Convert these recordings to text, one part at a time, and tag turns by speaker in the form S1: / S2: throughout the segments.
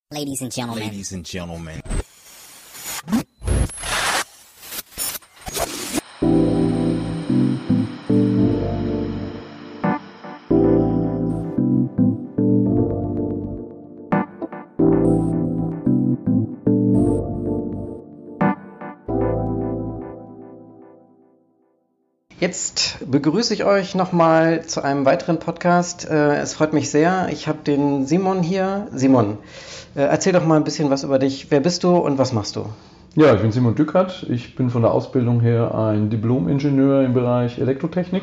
S1: Ladies and gentlemen.
S2: Ladies and gentlemen.
S3: Jetzt begrüße ich euch nochmal zu einem weiteren Podcast. Es freut mich sehr. Ich habe den Simon hier. Simon, erzähl doch mal ein bisschen was über dich. Wer bist du und was machst du?
S4: Ja, ich bin Simon Dückert. Ich bin von der Ausbildung her ein Diplom-Ingenieur im Bereich Elektrotechnik.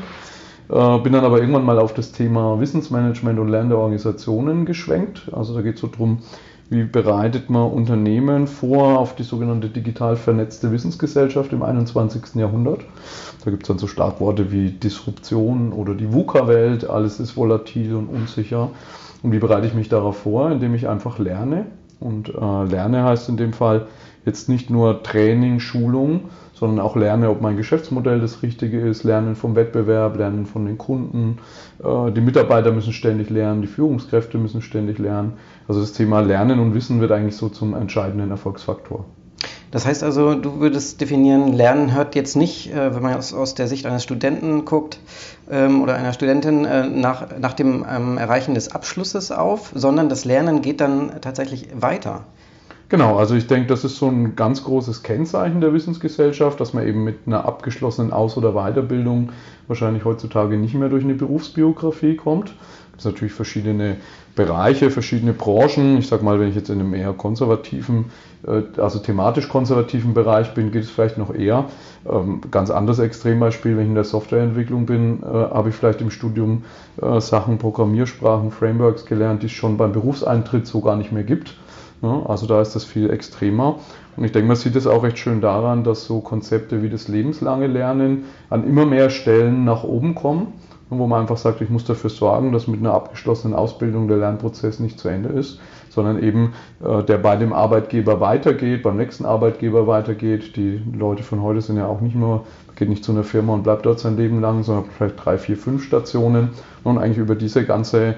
S4: Bin dann aber irgendwann mal auf das Thema Wissensmanagement und lernende Organisationen geschwenkt. Also da geht es so darum, wie bereitet man Unternehmen vor auf die sogenannte digital vernetzte Wissensgesellschaft im 21. Jahrhundert. Da gibt es dann so Schlagworte wie Disruption oder die VUCA-Welt, alles ist volatil und unsicher. Und wie bereite ich mich darauf vor? Indem ich einfach lerne. Und lerne heißt in dem Fall jetzt nicht nur Training, Schulung, sondern auch lerne, ob mein Geschäftsmodell das richtige ist, lernen vom Wettbewerb, lernen von den Kunden. Die Mitarbeiter müssen ständig lernen, die Führungskräfte müssen ständig lernen. Also das Thema Lernen und Wissen wird eigentlich so zum entscheidenden Erfolgsfaktor.
S3: Das heißt also, du würdest definieren, Lernen hört jetzt nicht, wenn man aus der Sicht eines Studenten guckt oder einer Studentin, nach dem Erreichen des Abschlusses auf, sondern das Lernen geht dann tatsächlich weiter.
S4: Genau, also ich denke, das ist so ein ganz großes Kennzeichen der Wissensgesellschaft, dass man eben mit einer abgeschlossenen Aus- oder Weiterbildung wahrscheinlich heutzutage nicht mehr durch eine Berufsbiografie kommt. Es gibt natürlich verschiedene Bereiche, verschiedene Branchen. Ich sage mal, wenn ich jetzt in einem eher konservativen, also thematisch konservativen Bereich bin, geht es vielleicht noch eher. Ganz anderes Extrembeispiel, wenn ich in der Softwareentwicklung bin, habe ich vielleicht im Studium Sachen, Programmiersprachen, Frameworks gelernt, die es schon beim Berufseintritt so gar nicht mehr gibt. Also da ist das viel extremer. Und ich denke, man sieht es auch recht schön daran, dass so Konzepte wie das lebenslange Lernen an immer mehr Stellen nach oben kommen, wo man einfach sagt, ich muss dafür sorgen, dass mit einer abgeschlossenen Ausbildung der Lernprozess nicht zu Ende ist, sondern eben der bei dem Arbeitgeber weitergeht, beim nächsten Arbeitgeber weitergeht. Die Leute von heute sind ja auch nicht nur, man geht nicht zu einer Firma und bleibt dort sein Leben lang, sondern vielleicht 3, 4, 5 Stationen. Und eigentlich über diese ganzen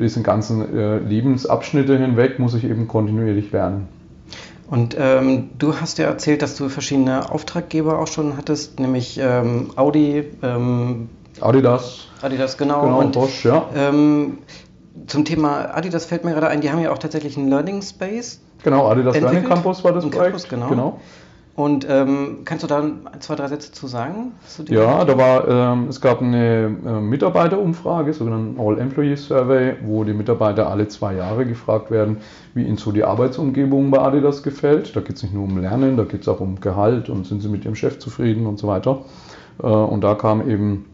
S4: Lebensabschnitte hinweg muss ich eben kontinuierlich lernen.
S3: Und du hast ja erzählt, dass du verschiedene Auftraggeber auch schon hattest, nämlich Audi,
S4: Adidas,
S3: genau
S4: und Bosch, ja.
S3: Zum Thema Adidas fällt mir gerade ein, die haben ja auch tatsächlich einen Learning Space.
S4: Genau, Adidas Learning Campus war das Projekt.
S3: Campus, genau. Und kannst du da 2, 3 Sätze zu sagen?
S4: Ja, es gab eine Mitarbeiterumfrage, sogenannten All-Employee Survey, wo die Mitarbeiter alle 2 Jahre gefragt werden, wie ihnen so die Arbeitsumgebung bei Adidas gefällt. Da geht es nicht nur um Lernen, da geht es auch um Gehalt und sind sie mit ihrem Chef zufrieden und so weiter. Und da kam eben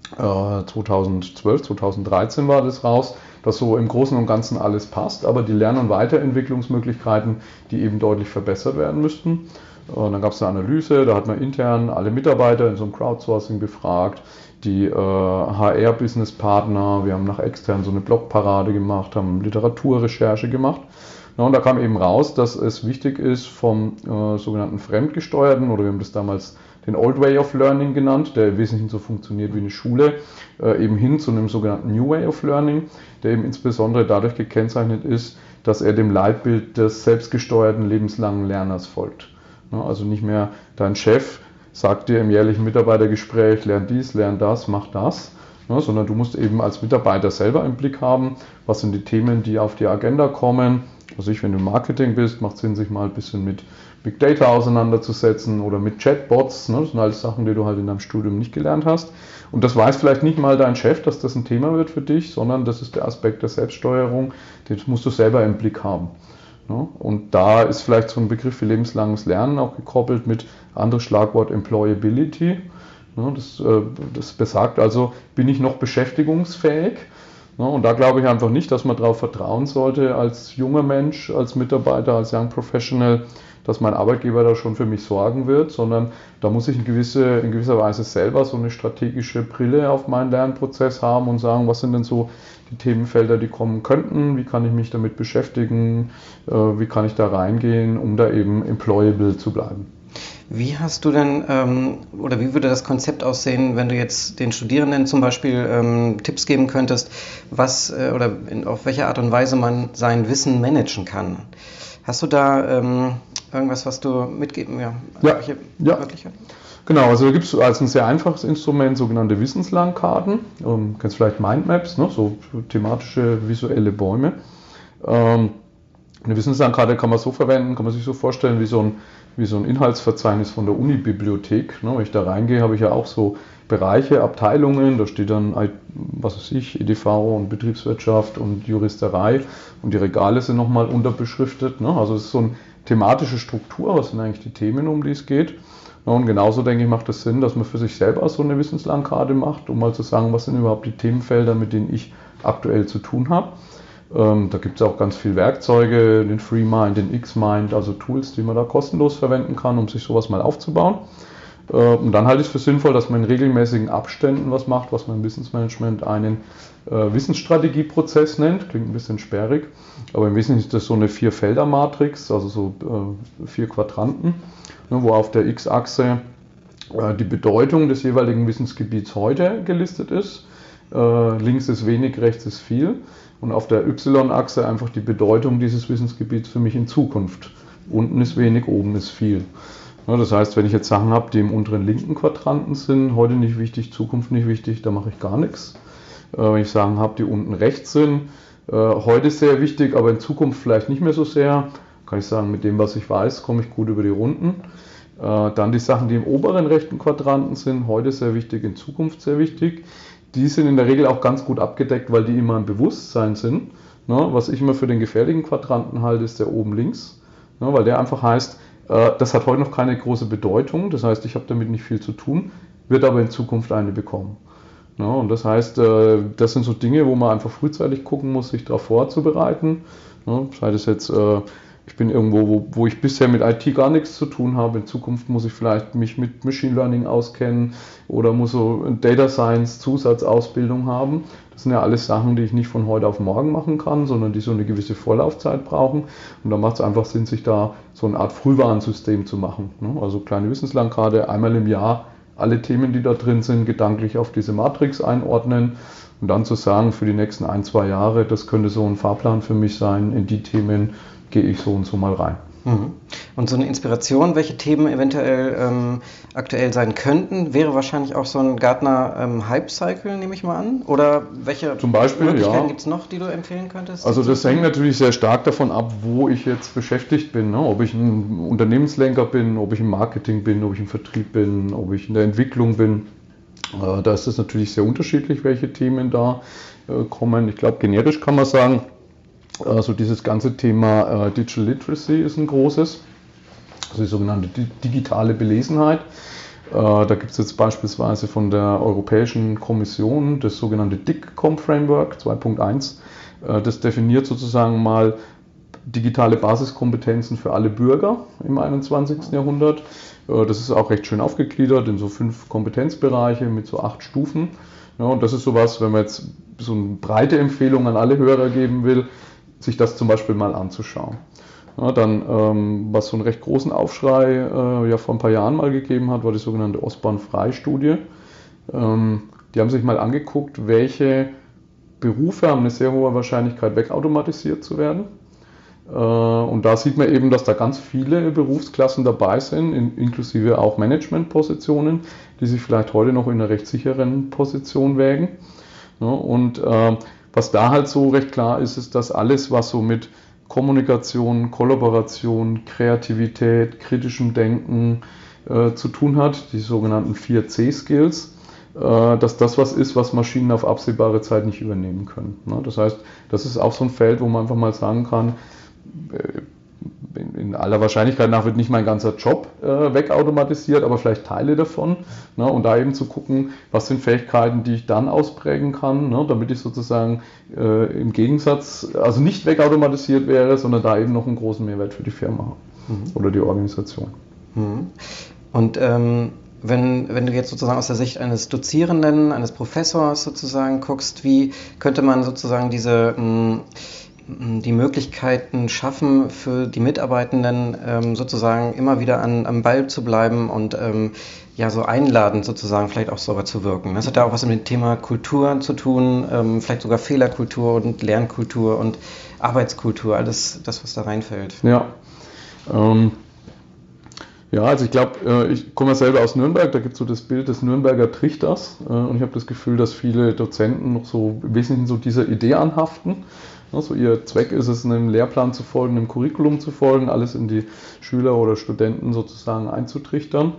S4: 2012, 2013 war das raus, dass so im Großen und Ganzen alles passt, aber die Lern- und Weiterentwicklungsmöglichkeiten, die eben deutlich verbessert werden müssten. Und dann gab es eine Analyse, da hat man intern alle Mitarbeiter in so einem Crowdsourcing befragt, die HR-Business-Partner, wir haben nach extern so eine Blogparade gemacht, haben Literaturrecherche gemacht. Ja, und da kam eben raus, dass es wichtig ist, vom sogenannten Fremdgesteuerten, oder wir haben das damals den Old Way of Learning genannt, der im Wesentlichen so funktioniert wie eine Schule, eben hin zu einem sogenannten New Way of Learning, der eben insbesondere dadurch gekennzeichnet ist, dass er dem Leitbild des selbstgesteuerten lebenslangen Lerners folgt. Also nicht mehr dein Chef sagt dir im jährlichen Mitarbeitergespräch, lern dies, lern das, mach das, sondern du musst eben als Mitarbeiter selber im Blick haben, was sind die Themen, die auf die Agenda kommen. Also wenn du im Marketing bist, macht es Sinn, sich mal ein bisschen mit Big Data auseinanderzusetzen oder mit Chatbots. Das sind alles Sachen, die du halt in deinem Studium nicht gelernt hast. Und das weiß vielleicht nicht mal dein Chef, dass das ein Thema wird für dich, sondern das ist der Aspekt der Selbststeuerung, den musst du selber im Blick haben. Und da ist vielleicht so ein Begriff wie lebenslanges Lernen auch gekoppelt mit anderes Schlagwort Employability. Das besagt also, bin ich noch beschäftigungsfähig? Und da glaube ich einfach nicht, dass man darauf vertrauen sollte als junger Mensch, als Mitarbeiter, als Young Professional, dass mein Arbeitgeber da schon für mich sorgen wird, sondern da muss ich in gewisser Weise selber so eine strategische Brille auf meinen Lernprozess haben und sagen, was sind denn so die Themenfelder, die kommen könnten, wie kann ich mich damit beschäftigen, wie kann ich da reingehen, um da eben employable zu bleiben.
S3: Wie hast du denn, oder wie würde das Konzept aussehen, wenn du jetzt den Studierenden zum Beispiel Tipps geben könntest, auf welche Art und Weise man sein Wissen managen kann? Hast du da irgendwas, was du mitgeben?
S4: Ja.
S3: Welche
S4: Möglichkeiten? Genau, also da gibt es als ein sehr einfaches Instrument sogenannte Wissenslandkarten. Kennst vielleicht Mindmaps, ne? So thematische visuelle Bäume. Eine Wissenslandkarte kann man so verwenden, kann man sich so vorstellen wie so ein Inhaltsverzeichnis von der Uni-Bibliothek. Ne? Wenn ich da reingehe, habe ich ja auch so Bereiche, Abteilungen, da steht dann, was weiß ich, EDV und Betriebswirtschaft und Juristerei und die Regale sind nochmal unterbeschriftet. Ne? Also es ist so eine thematische Struktur, was sind eigentlich die Themen, um die es geht. Ja, und genauso, denke ich, macht es Sinn, dass man für sich selber so eine Wissenslandkarte macht, um mal zu sagen, was sind überhaupt die Themenfelder, mit denen ich aktuell zu tun habe. Da gibt es auch ganz viele Werkzeuge, den FreeMind, den Xmind, also Tools, die man da kostenlos verwenden kann, um sich sowas mal aufzubauen. Und dann halte ich es für sinnvoll, dass man in regelmäßigen Abständen was macht, was man im Wissensmanagement einen Wissensstrategieprozess nennt. Klingt ein bisschen sperrig, aber im Wesentlichen ist das so eine 4-Felder-Matrix, also so 4 Quadranten, wo auf der X-Achse die Bedeutung des jeweiligen Wissensgebiets heute gelistet ist. Links ist wenig, rechts ist viel. Und auf der Y-Achse einfach die Bedeutung dieses Wissensgebiets für mich in Zukunft. Unten ist wenig, oben ist viel. Das heißt, wenn ich jetzt Sachen habe, die im unteren linken Quadranten sind, heute nicht wichtig, Zukunft nicht wichtig, da mache ich gar nichts. Wenn ich Sachen habe, die unten rechts sind, heute sehr wichtig, aber in Zukunft vielleicht nicht mehr so sehr, kann ich sagen, mit dem, was ich weiß, komme ich gut über die Runden. Dann die Sachen, die im oberen rechten Quadranten sind, heute sehr wichtig, in Zukunft sehr wichtig. Die sind in der Regel auch ganz gut abgedeckt, weil die immer im Bewusstsein sind. Was ich immer für den gefährlichen Quadranten halte, ist der oben links, weil der einfach heißt, das hat heute noch keine große Bedeutung, das heißt, ich habe damit nicht viel zu tun, wird aber in Zukunft eine bekommen. Und das heißt, das sind so Dinge, wo man einfach frühzeitig gucken muss, sich darauf vorzubereiten. Sei das jetzt, ich bin irgendwo, wo ich bisher mit IT gar nichts zu tun habe, in Zukunft muss ich vielleicht mich mit Machine Learning auskennen oder muss so eine Data Science Zusatzausbildung haben. Das sind ja alles Sachen, die ich nicht von heute auf morgen machen kann, sondern die so eine gewisse Vorlaufzeit brauchen. Und da macht es einfach Sinn, sich da so eine Art Frühwarnsystem zu machen. Also kleine Wissenslandkarte, einmal im Jahr alle Themen, die da drin sind, gedanklich auf diese Matrix einordnen und dann zu sagen, für die nächsten 1-2 Jahre, das könnte so ein Fahrplan für mich sein, in die Themen gehe ich so und so mal rein.
S3: Und so eine Inspiration, welche Themen eventuell aktuell sein könnten, wäre wahrscheinlich auch so ein Gartner Hype-Cycle, nehme ich mal an? Oder welche
S4: Zum Beispiel,
S3: Möglichkeiten gibt es noch, die du empfehlen könntest?
S4: Also das hängt natürlich sehr stark davon ab, wo ich jetzt beschäftigt bin. Ob ich ein Unternehmenslenker bin, ob ich im Marketing bin, ob ich im Vertrieb bin, ob ich in der Entwicklung bin. Da ist es natürlich sehr unterschiedlich, welche Themen da kommen. Ich glaube, generisch kann man sagen, also dieses ganze Thema Digital Literacy ist ein großes, also die sogenannte digitale Belesenheit. Da gibt es jetzt beispielsweise von der Europäischen Kommission das sogenannte DIGCOM Framework 2.1. Das definiert sozusagen mal digitale Basiskompetenzen für alle Bürger im 21. Jahrhundert. Das ist auch recht schön aufgegliedert in so 5 Kompetenzbereiche mit so 8 Stufen. Und das ist sowas, wenn man jetzt so eine breite Empfehlung an alle Hörer geben will, sich das zum Beispiel mal anzuschauen. Dann, was so einen recht großen Aufschrei ja vor ein paar Jahren mal gegeben hat, war die sogenannte Osborne-Frey-Studie. Die haben sich mal angeguckt, welche Berufe haben eine sehr hohe Wahrscheinlichkeit wegautomatisiert zu werden. Und da sieht man eben, dass da ganz viele Berufsklassen dabei sind, inklusive auch Managementpositionen, die sich vielleicht heute noch in einer recht sicheren Position wägen. Und was da halt so recht klar ist, ist, dass alles, was so mit Kommunikation, Kollaboration, Kreativität, kritischem Denken zu tun hat, die sogenannten 4C-Skills, dass das was ist, was Maschinen auf absehbare Zeit nicht übernehmen können. Das heißt, das ist auch so ein Feld, wo man einfach mal sagen kann, in aller Wahrscheinlichkeit nach wird nicht mein ganzer Job wegautomatisiert, aber vielleicht Teile davon. Und da eben zu gucken, was sind Fähigkeiten, die ich dann ausprägen kann, damit ich sozusagen im Gegensatz, also nicht wegautomatisiert wäre, sondern da eben noch einen großen Mehrwert für die Firma oder die Organisation.
S3: Und wenn du jetzt sozusagen aus der Sicht eines Dozierenden, eines Professors sozusagen guckst, wie könnte man sozusagen diese die Möglichkeiten schaffen, für die Mitarbeitenden sozusagen immer wieder am Ball zu bleiben und so einladend sozusagen vielleicht auch sogar zu wirken. Das hat ja auch was mit dem Thema Kultur zu tun, vielleicht sogar Fehlerkultur und Lernkultur und Arbeitskultur, alles das, was da reinfällt.
S4: Ja, also ich glaube, ich komme ja selber aus Nürnberg, da gibt es so das Bild des Nürnberger Trichters und ich habe das Gefühl, dass viele Dozenten noch so im Wesentlichen so dieser Idee anhaften. Also ihr Zweck ist es, einem Lehrplan zu folgen, einem Curriculum zu folgen, alles in die Schüler oder Studenten sozusagen einzutrichtern.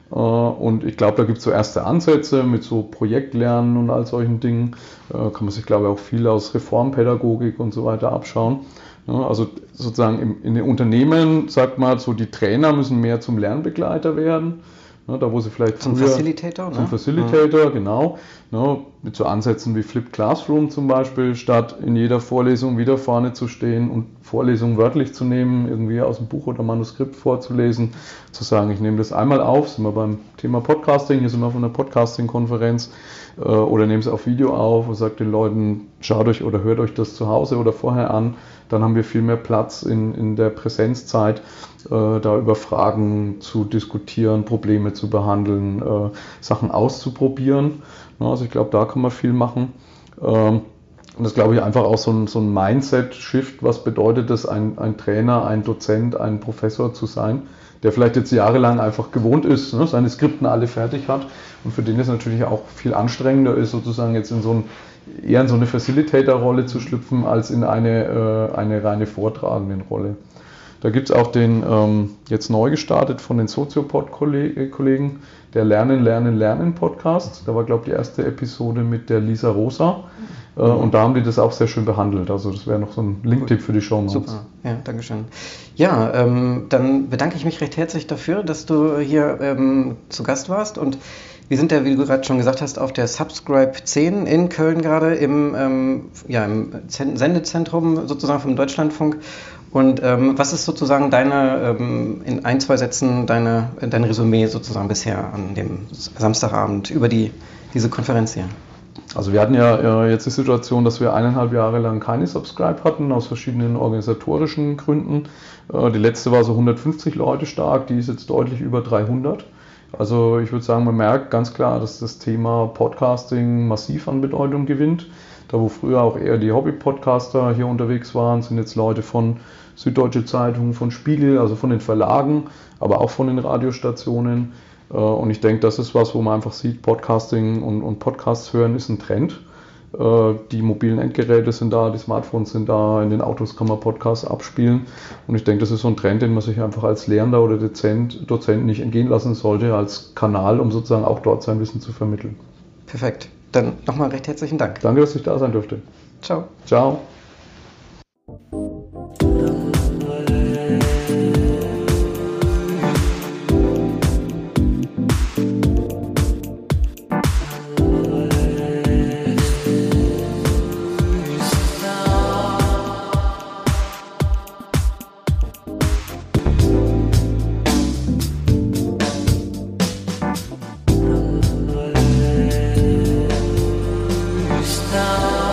S4: Und ich glaube, da gibt es so erste Ansätze mit so Projektlernen und all solchen Dingen. Kann man sich, glaube ich, auch viel aus Reformpädagogik und so weiter abschauen. Also sozusagen in den Unternehmen sagt man so, die Trainer müssen mehr zum Lernbegleiter werden. Da wo sie vielleicht
S3: zum Facilitator,
S4: zum Facilitator, genau. Mit so Ansätzen wie Flipped Classroom zum Beispiel, statt in jeder Vorlesung wieder vorne zu stehen und Vorlesungen wörtlich zu nehmen, irgendwie aus dem Buch oder Manuskript vorzulesen, zu sagen, ich nehme das einmal auf, sind wir beim Thema Podcasting, hier sind wir von einer Podcasting-Konferenz, oder nehme es auf Video auf und sage den Leuten, schaut euch oder hört euch das zu Hause oder vorher an, dann haben wir viel mehr Platz in der Präsenzzeit, da über Fragen zu diskutieren, Probleme zu behandeln, Sachen auszuprobieren. Also ich glaube, da kann man viel machen. Und das glaube ich einfach auch so ein Mindset-Shift, was bedeutet es, ein Trainer, ein Dozent, ein Professor zu sein, der vielleicht jetzt jahrelang einfach gewohnt ist, seine Skripten alle fertig hat und für den es natürlich auch viel anstrengender ist, sozusagen jetzt eher in so eine Facilitator-Rolle zu schlüpfen, als in eine reine vortragende Rolle. Da gibt es auch den jetzt neu gestartet von den Soziopod-Kollegen, der Lernen-Lernen-Lernen-Podcast. Da war, glaube ich, die erste Episode mit der Lisa Rosa. Und da haben die das auch sehr schön behandelt. Also das wäre noch so ein Linktipp für die Shownotes.
S3: Super, ja, Dankeschön. Ja, dann bedanke ich mich recht herzlich dafür, dass du hier zu Gast warst. Und wir sind ja, wie du gerade schon gesagt hast, auf der Subscribe 10 in Köln gerade im Sendezentrum sozusagen vom Deutschlandfunk. Und was ist sozusagen in ein, zwei Sätzen dein Resümee sozusagen bisher an dem Samstagabend über diese Konferenz hier?
S4: Also wir hatten ja jetzt die Situation, dass wir 1,5 Jahre lang keine Subscribe hatten, aus verschiedenen organisatorischen Gründen. Die letzte war so 150 Leute stark, die ist jetzt deutlich über 300. Also ich würde sagen, man merkt ganz klar, dass das Thema Podcasting massiv an Bedeutung gewinnt. Da wo früher auch eher die Hobby-Podcaster hier unterwegs waren, sind jetzt Leute von Süddeutsche Zeitung, von Spiegel, also von den Verlagen, aber auch von den Radiostationen. Und ich denke, das ist was, wo man einfach sieht, Podcasting und Podcasts hören ist ein Trend. Die mobilen Endgeräte sind da, die Smartphones sind da, in den Autos kann man Podcasts abspielen. Und ich denke, das ist so ein Trend, den man sich einfach als Lehrender oder Dozent nicht entgehen lassen sollte, als Kanal, um sozusagen auch dort sein Wissen zu vermitteln.
S3: Perfekt. Dann nochmal recht herzlichen Dank.
S4: Danke, dass ich da sein durfte.
S3: Ciao.
S4: Ciao.
S1: Stop.